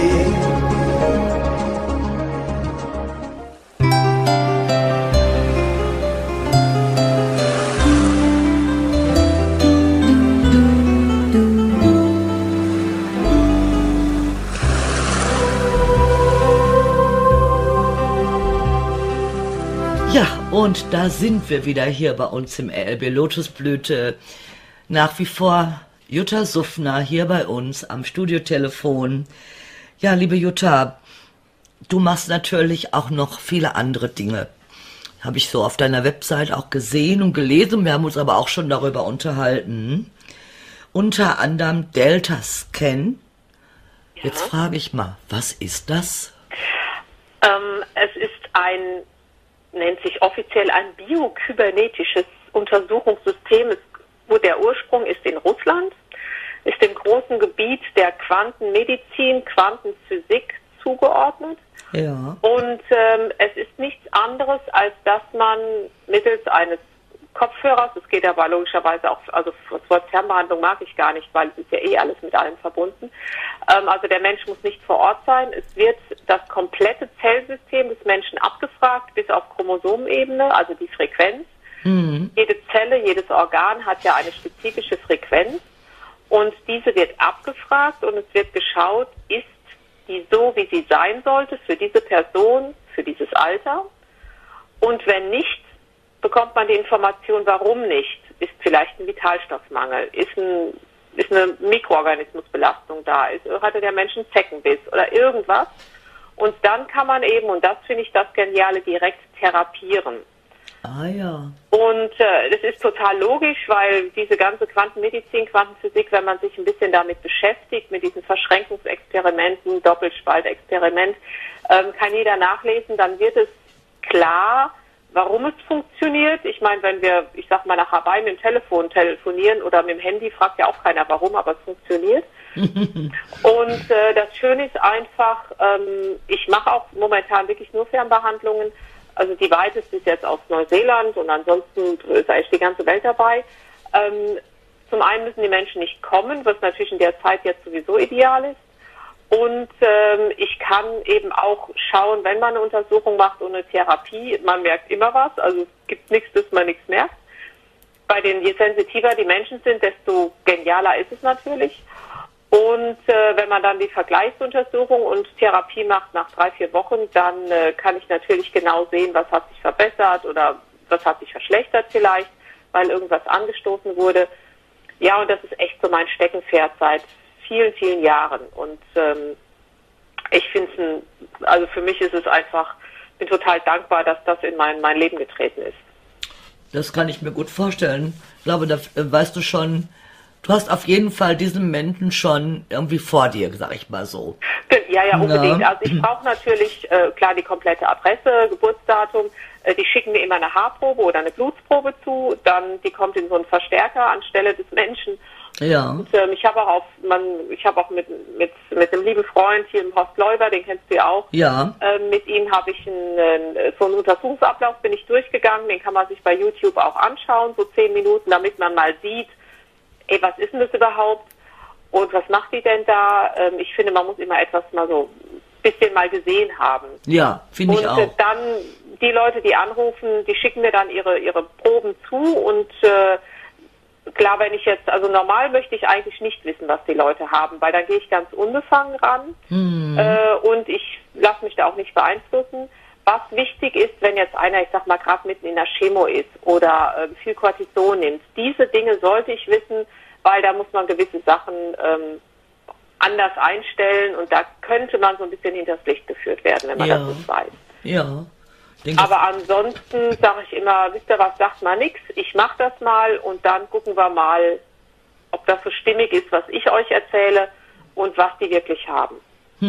Und da sind wir wieder hier bei uns im RLB Lotusblüte. Nach wie vor Jutta Suffner hier bei uns am Studiotelefon. Ja, liebe Jutta, du machst natürlich auch noch viele andere Dinge. Habe ich so auf deiner Website auch gesehen und gelesen. Wir haben uns aber auch schon darüber unterhalten. Unter anderem Delta-Scan. Ja. Jetzt frage ich mal, was ist das? Es ist nennt sich offiziell ein biokybernetisches Untersuchungssystem, wo der Ursprung ist in Russland, ist dem großen Gebiet der Quantenmedizin, Quantenphysik zugeordnet. Ja. Und es ist nichts anderes, als dass man mittels eines Kopfhörers, es geht aber logischerweise auch, also das Wort Fernbehandlung mag ich gar nicht, weil es ist ja eh alles mit allem verbunden. Also der Mensch muss nicht vor Ort sein. Es wird das komplette Zellsystem des Menschen abgefragt, bis auf Chromosomenebene, also die Frequenz. Mhm. Jede Zelle, jedes Organ hat ja eine spezifische Frequenz und diese wird abgefragt und es wird geschaut, ist die so, wie sie sein sollte für diese Person, für dieses Alter? Und wenn nicht, bekommt man die Information, warum nicht. Ist vielleicht ein Vitalstoffmangel, ist eine Mikroorganismusbelastung da, hatte der Mensch einen Zeckenbiss oder irgendwas. Und dann kann man eben, und das finde ich das Geniale, direkt therapieren. Ah ja. Und das ist total logisch, weil diese ganze Quantenmedizin, Quantenphysik, wenn man sich ein bisschen damit beschäftigt, mit diesen Verschränkungsexperimenten, Doppelspaltexperiment, kann jeder nachlesen, dann wird es klar, warum es funktioniert. Ich meine, wenn wir, ich sag mal, nach Hawaii mit dem Telefon telefonieren oder mit dem Handy, fragt ja auch keiner warum, aber es funktioniert. Und das Schöne ist einfach, ich mache auch momentan wirklich nur Fernbehandlungen. Also die weiteste ist jetzt aus Neuseeland und ansonsten ist eigentlich die ganze Welt dabei. Zum einen müssen die Menschen nicht kommen, was natürlich in der Zeit jetzt sowieso ideal ist. Und ich kann eben auch schauen, wenn man eine Untersuchung macht und eine Therapie, man merkt immer was, also es gibt nichts, dass man nichts merkt. Je sensitiver die Menschen sind, desto genialer ist es natürlich. Und wenn man dann die Vergleichsuntersuchung und Therapie macht nach 3-4 Wochen, dann kann ich natürlich genau sehen, was hat sich verbessert oder was hat sich verschlechtert vielleicht, weil irgendwas angestoßen wurde. Ja, und das ist echt so mein Steckenpferd seit vielen, vielen Jahren. Und ich finde es, also für mich ist es einfach, bin total dankbar, dass das in mein Leben getreten ist. Das kann ich mir gut vorstellen. Ich glaube, da weißt du schon, du hast auf jeden Fall diesen Menschen schon irgendwie vor dir, sag ich mal so. Ja, unbedingt. Ja. Also ich brauche natürlich, klar, die komplette Adresse, Geburtsdatum. Die schicken mir immer eine Haarprobe oder eine Blutprobe zu. Dann, die kommt in so einen Verstärker anstelle des Menschen. Ja. Und ich habe auch mit einem lieben Freund hier im Horst Leuber, den kennst du ja auch. Ja. Mit ihm habe ich so einen Untersuchungsablauf, bin ich durchgegangen. Den kann man sich bei YouTube auch anschauen, so 10 Minuten, damit man mal sieht, was ist denn das überhaupt? Und was macht die denn da? Ich finde, man muss immer etwas mal so ein bisschen mal gesehen haben. Ja, finde ich auch. Und dann die Leute, die anrufen, die schicken mir dann ihre Proben zu und klar, wenn ich jetzt, also normal möchte ich eigentlich nicht wissen, was die Leute haben, weil dann gehe ich ganz unbefangen ran und ich lasse mich da auch nicht beeinflussen. Was wichtig ist, wenn jetzt einer, ich sag mal, gerade mitten in der Chemo ist oder viel Cortison nimmt, diese Dinge sollte ich wissen, weil da muss man gewisse Sachen anders einstellen und da könnte man so ein bisschen hinters Licht geführt werden, wenn man das nicht weiß. Ja. Aber ansonsten sage ich immer, wisst ihr was, sagt mal nichts, ich mache das mal und dann gucken wir mal, ob das so stimmig ist, was ich euch erzähle und was die wirklich haben.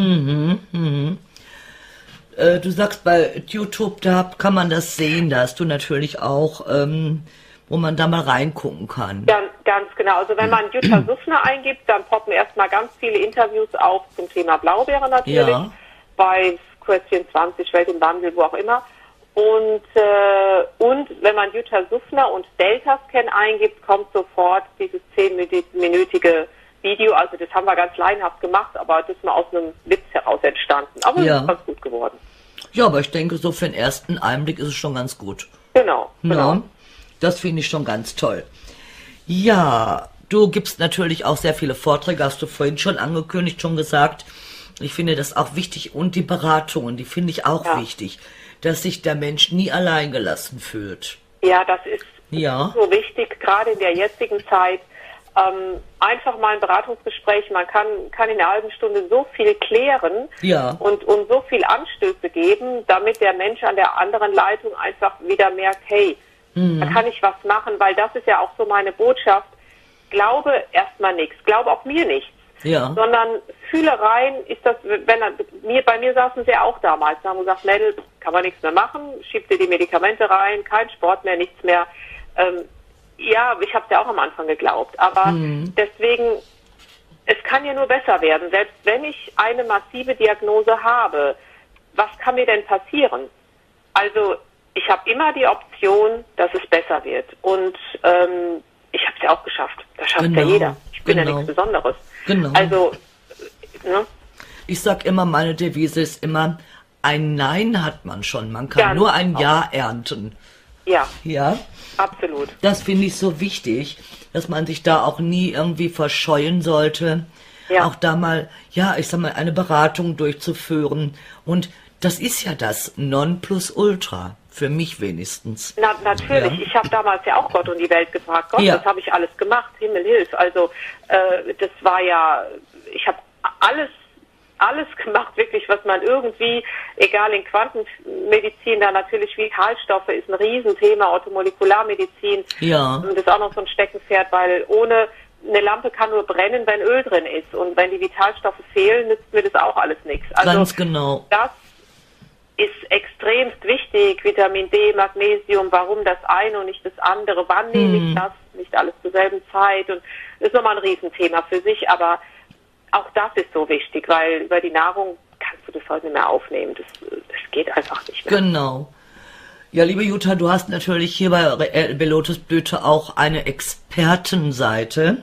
Du sagst, bei YouTube, da kann man das sehen, da hast du natürlich auch, wo man da mal reingucken kann. Ganz genau, also wenn man Jutta Suffner eingibt, dann poppen erstmal ganz viele Interviews auf zum Thema Blaubeere natürlich, bei Question 20, Welt im Wandel, wo auch immer. Und wenn man Jutta Suffner und Delta-Scan eingibt, kommt sofort dieses 10-minütige Video. Also das haben wir ganz laienhaft gemacht, aber das ist mal aus einem Witz heraus entstanden. Aber es ist ganz gut geworden. Ja, aber ich denke, so für den ersten Einblick ist es schon ganz gut. Genau. Ja, das finde ich schon ganz toll. Ja, du gibst natürlich auch sehr viele Vorträge, hast du vorhin schon angekündigt, schon gesagt. Ich finde das auch wichtig und die Beratungen, die finde ich auch wichtig. dass sich der Mensch nie allein gelassen fühlt. Ja, das ist Ja. so wichtig, gerade in der jetzigen Zeit. Einfach mal ein Beratungsgespräch, man kann in einer halben Stunde so viel klären Ja. und so viel Anstöße geben, damit der Mensch an der anderen Leitung einfach wieder merkt, hey, da kann ich was machen, weil das ist ja auch so meine Botschaft. Glaube erstmal nichts, glaube auch mir nichts, Ja. sondern fühle rein, ist das, bei mir saßen sie ja auch damals, da haben gesagt, Mädel, kann man nichts mehr machen, schiebt dir die Medikamente rein, kein Sport mehr, nichts mehr. Ja, ich habe es ja auch am Anfang geglaubt, aber deswegen, es kann ja nur besser werden. Selbst wenn ich eine massive Diagnose habe, was kann mir denn passieren? Also ich habe immer die Option, dass es besser wird. Und ich habe es ja auch geschafft. Das schafft ja jeder. Ich bin ja nichts Besonderes. Genau. Also, ne? Ich sag immer, meine Devise ist immer, ein Nein hat man schon. Man kann nur ein Ja ernten. Ja, Ja. absolut. Das finde ich so wichtig, dass man sich da auch nie irgendwie verscheuen sollte. Ja. Auch da mal, ja, ich sag mal, eine Beratung durchzuführen. Und das ist ja das Nonplusultra. Für mich wenigstens. Natürlich. Ja. Ich habe damals ja auch Gott und die Welt gefragt. Gott, Ja. das habe ich alles gemacht. Himmel hilf. Also das war ja, ich habe alles gemacht, wirklich, was man irgendwie, egal in Quantenmedizin, da natürlich Vitalstoffe ist ein Riesenthema, Orthomolekularmedizin. Ja. Und das ist auch noch so ein Steckenpferd, weil ohne eine Lampe kann nur brennen, wenn Öl drin ist. Und wenn die Vitalstoffe fehlen, nützt mir das auch alles nichts. Also Ganz genau. das ist extremst wichtig, Vitamin D, Magnesium, warum das eine und nicht das andere, wann nehme ich das, nicht alles zur selben Zeit, und das ist nochmal ein Riesenthema für sich, aber auch das ist so wichtig, weil über die Nahrung kannst du das heute nicht mehr aufnehmen, das geht einfach nicht mehr. Genau. Ja, liebe Jutta, du hast natürlich hier bei Lotusblüte auch eine Expertenseite,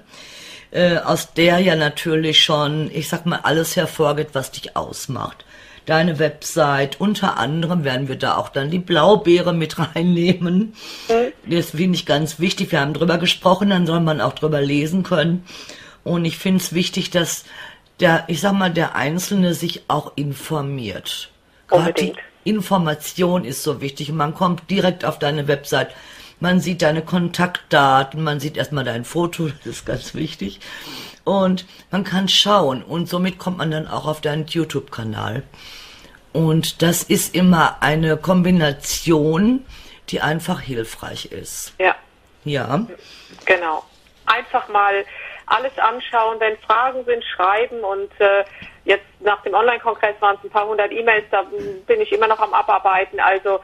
aus der ja natürlich schon, ich sag mal, alles hervorgeht, was dich ausmacht. Deine Website, unter anderem werden wir da auch dann die Blaubeere mit reinnehmen. Das finde ich ganz wichtig. Wir haben drüber gesprochen, dann soll man auch drüber lesen können. Und ich finde es wichtig, dass der Einzelne sich auch informiert. Gerade die Unbedingt. Information ist so wichtig und man kommt direkt auf deine Website. Man sieht deine Kontaktdaten, man sieht erstmal dein Foto, das ist ganz wichtig. Und man kann schauen und somit kommt man dann auch auf deinen YouTube-Kanal. Und das ist immer eine Kombination, die einfach hilfreich ist. Ja, Ja, genau. Einfach mal alles anschauen, wenn Fragen sind, schreiben, und jetzt nach dem Online-Kongress waren es ein paar hundert E-Mails, da bin ich immer noch am Abarbeiten, also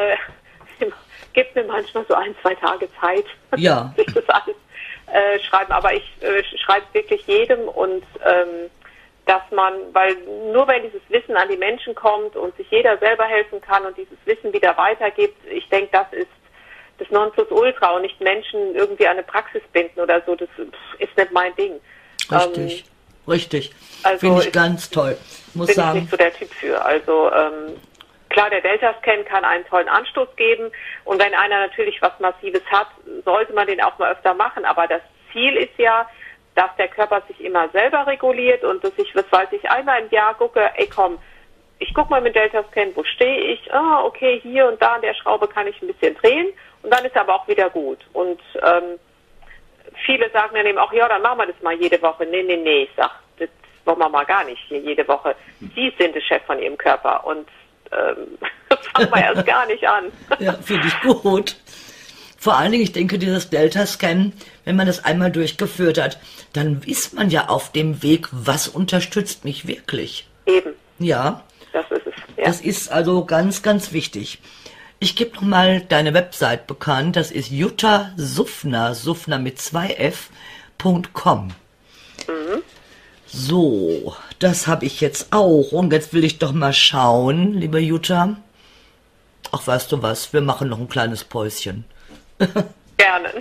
gibt mir manchmal so 1-2 Tage Zeit, Ja. sich das alles schreiben, aber ich schreibe wirklich jedem, und dass man, weil nur wenn dieses Wissen an die Menschen kommt und sich jeder selber helfen kann und dieses Wissen wieder weitergibt, ich denke, das ist das Nonplusultra, und nicht Menschen irgendwie an eine Praxis binden oder so, das ist nicht mein Ding. richtig. Richtig. also Finde ich ich- ganz toll. Muss Bin ich sagen, nicht so der Typ für. Also klar, der Delta-Scan kann einen tollen Anstoß geben, und wenn einer natürlich was Massives hat, sollte man den auch mal öfter machen, aber das Ziel ist ja, dass der Körper sich immer selber reguliert und dass ich, was weiß ich, einmal im Jahr gucke, ey komm, ich gucke mal mit Delta-Scan, wo stehe ich, okay, hier und da an der Schraube kann ich ein bisschen drehen, und dann ist aber auch wieder gut. Und viele sagen dann eben auch, ja, dann machen wir das mal jede Woche. Nee, ich sag, das wollen wir mal gar nicht hier jede Woche. Sie sind der Chef von Ihrem Körper, und fangen wir erst gar nicht an. ja, finde ich gut. Vor allen Dingen, ich denke, dieses Delta-Scan, wenn man das einmal durchgeführt hat, dann ist man ja auf dem Weg, was unterstützt mich wirklich. Eben, Ja, das ist es. Ja. das ist also ganz, ganz wichtig. Ich gebe nochmal deine Website bekannt, das ist Jutta Suffner, Suffner mit 2f.com. So, das habe ich jetzt auch. Und jetzt will ich doch mal schauen, liebe Jutta. Ach, weißt du was, wir machen noch ein kleines Päuschen. Gerne.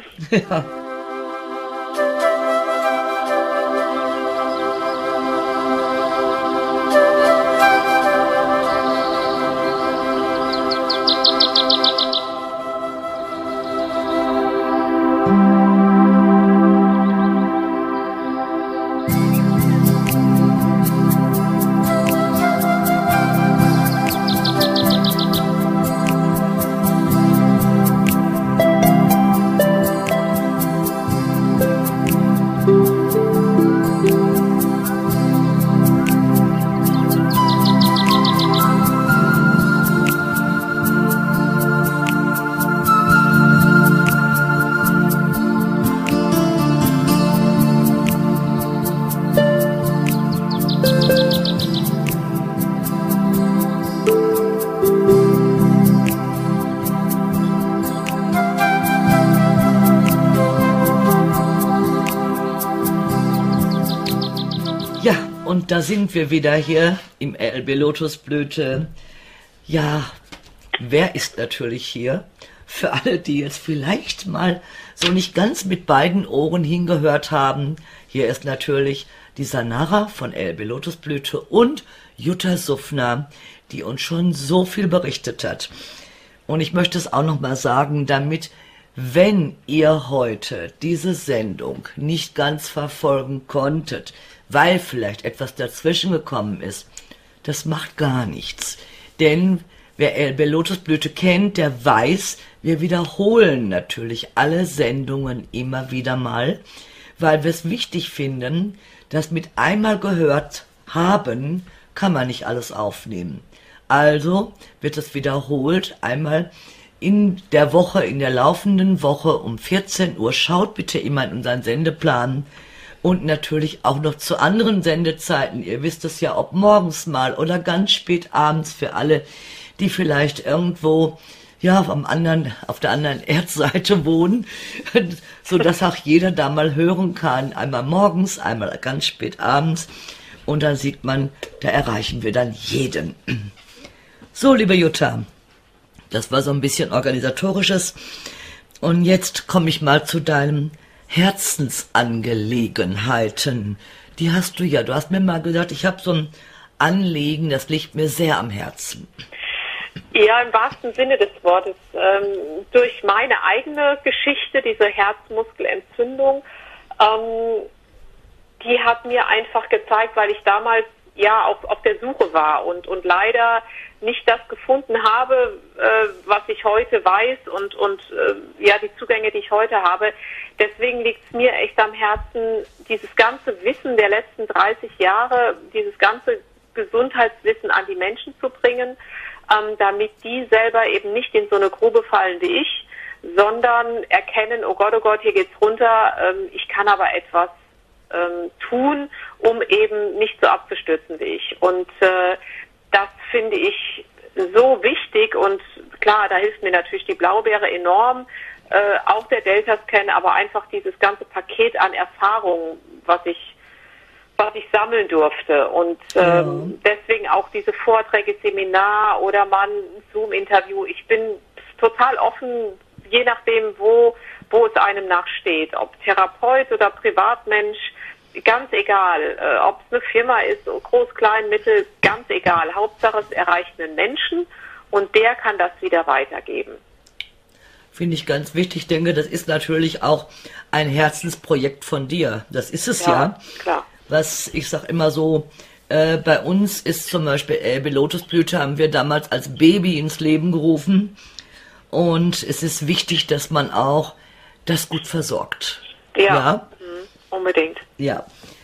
Und da sind wir wieder hier im LB Lotusblüte. Ja, wer ist natürlich hier? Für alle, die jetzt vielleicht mal so nicht ganz mit beiden Ohren hingehört haben, hier ist natürlich die Sanara von LB Lotusblüte und Jutta Suffner, die uns schon so viel berichtet hat. Und ich möchte es auch noch mal sagen, damit, wenn ihr heute diese Sendung nicht ganz verfolgen konntet, weil vielleicht etwas dazwischen gekommen ist, das macht gar nichts. Denn wer LB Lotusblüte kennt, der weiß, wir wiederholen natürlich alle Sendungen immer wieder mal, weil wir es wichtig finden, dass mit einmal gehört haben, kann man nicht alles aufnehmen. Also wird es wiederholt einmal in der Woche, in der laufenden Woche um 14 Uhr. Schaut bitte immer in unseren Sendeplan und natürlich auch noch zu anderen Sendezeiten. Ihr wisst es ja, ob morgens mal oder ganz spät abends für alle, die vielleicht irgendwo ja auf der anderen Erdseite wohnen, so dass auch jeder da mal hören kann. Einmal morgens, einmal ganz spät abends. Und dann sieht man, da erreichen wir dann jeden. So, liebe Jutta, das war so ein bisschen Organisatorisches. Und jetzt komme ich mal zu deinen Herzensangelegenheiten. Die hast du ja. Du hast mir mal gesagt, ich habe so ein Anliegen, das liegt mir sehr am Herzen. Ja, im wahrsten Sinne des Wortes. Durch meine eigene Geschichte, diese Herzmuskelentzündung, die hat mir einfach gezeigt, weil ich damals ja auf der Suche war und leider nicht das gefunden habe, was ich heute weiß und ja die Zugänge, die ich heute habe. Deswegen liegt es mir echt am Herzen, dieses ganze Wissen der letzten 30 Jahre, dieses ganze Gesundheitswissen an die Menschen zu bringen, damit die selber eben nicht in so eine Grube fallen wie ich, sondern erkennen, oh Gott, hier geht's runter, ich kann aber etwas tun, um eben nicht so abzustürzen wie ich. Und das finde ich so wichtig und klar, da hilft mir natürlich die Blaubeere enorm, auch der Delta-Scan, aber einfach dieses ganze Paket an Erfahrungen, was ich sammeln durfte. Und deswegen auch diese Vorträge, Seminar oder mal ein Zoom-Interview. Ich bin total offen, je nachdem, wo es einem nachsteht. Ob Therapeut oder Privatmensch, ganz egal. Ob es eine Firma ist, groß, klein, mittel, ganz egal. Hauptsache, es erreicht einen Menschen und der kann das wieder weitergeben. Finde ich ganz wichtig. Ich denke, das ist natürlich auch ein Herzensprojekt von dir. Das ist es ja. Klar. Was ich sag immer so, bei uns ist zum Beispiel LB Lotusblüte, haben wir damals als Baby ins Leben gerufen. Und es ist wichtig, dass man auch das gut versorgt. Ja? Unbedingt. Ja.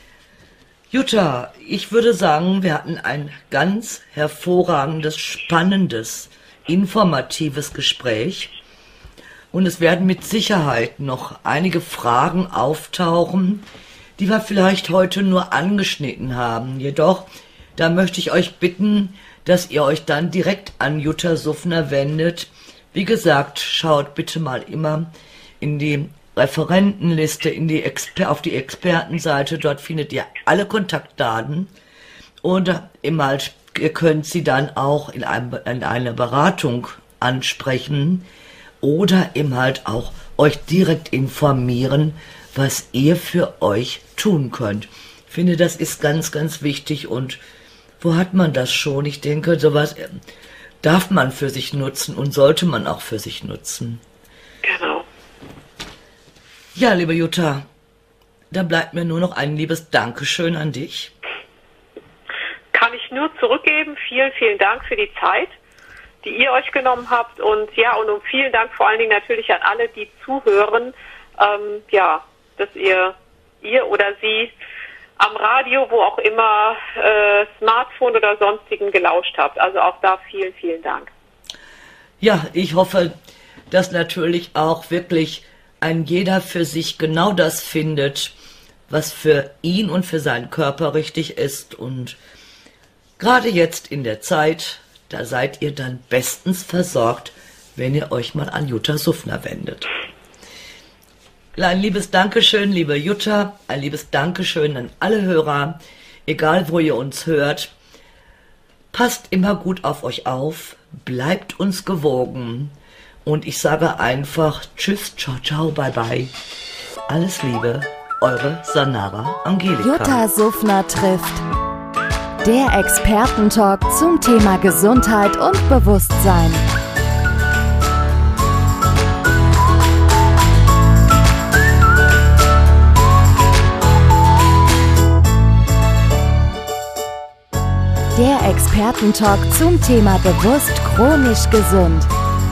Jutta, ich würde sagen, wir hatten ein ganz hervorragendes, spannendes, informatives Gespräch. Und es werden mit Sicherheit noch einige Fragen auftauchen, die wir vielleicht heute nur angeschnitten haben. Jedoch, da möchte ich euch bitten, dass ihr euch dann direkt an Jutta Suffner wendet. Wie gesagt, schaut bitte mal immer in die Referentenliste, auf die Expertenseite. Dort findet ihr alle Kontaktdaten. Und ihr könnt sie dann auch in einer Beratung ansprechen oder eben halt auch euch direkt informieren, was ihr für euch tun könnt. Ich finde, das ist ganz, ganz wichtig. Und wo hat man das schon? Ich denke, sowas darf man für sich nutzen und sollte man auch für sich nutzen. Genau. Ja, liebe Jutta, da bleibt mir nur noch ein liebes Dankeschön an dich. Kann ich nur zurückgeben. Vielen, vielen Dank für die Zeit, die ihr euch genommen habt. Und ja, und vielen Dank vor allen Dingen natürlich an alle, die zuhören. Dass ihr oder sie am Radio, wo auch immer, Smartphone oder sonstigen gelauscht habt. Also auch da vielen, vielen Dank. Ja, ich hoffe, dass natürlich auch wirklich ein jeder für sich genau das findet, was für ihn und für seinen Körper richtig ist. Und gerade jetzt in der Zeit, da seid ihr dann bestens versorgt, wenn ihr euch mal an Jutta Suffner wendet. Ein liebes Dankeschön, liebe Jutta, ein liebes Dankeschön an alle Hörer. egal wo ihr uns hört. Passt immer gut auf euch auf, bleibt uns gewogen. Und ich sage einfach Tschüss, ciao, ciao, bye, bye. Alles Liebe, eure Sanara Angelika. Jutta Suffner trifft. Der Expertentalk zum Thema Gesundheit und Bewusstsein. Der Expertentalk zum Thema bewusst chronisch gesund.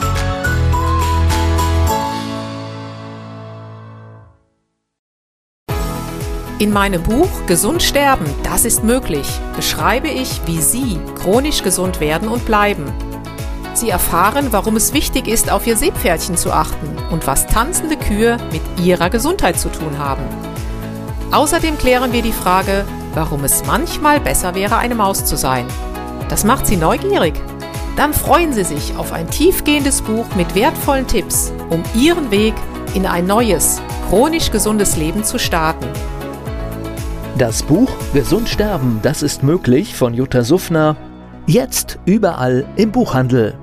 In meinem Buch Gesund sterben, das ist möglich, beschreibe ich, wie Sie chronisch gesund werden und bleiben. Sie erfahren, warum es wichtig ist, auf Ihr Seepferdchen zu achten und was tanzende Kühe mit Ihrer Gesundheit zu tun haben. Außerdem klären wir die Frage, warum es manchmal besser wäre, eine Maus zu sein. Das macht Sie neugierig? Dann freuen Sie sich auf ein tiefgehendes Buch mit wertvollen Tipps, um Ihren Weg in ein neues, chronisch gesundes Leben zu starten. Das Buch Gesund sterben, das ist möglich von Jutta Suffner. Jetzt überall im Buchhandel.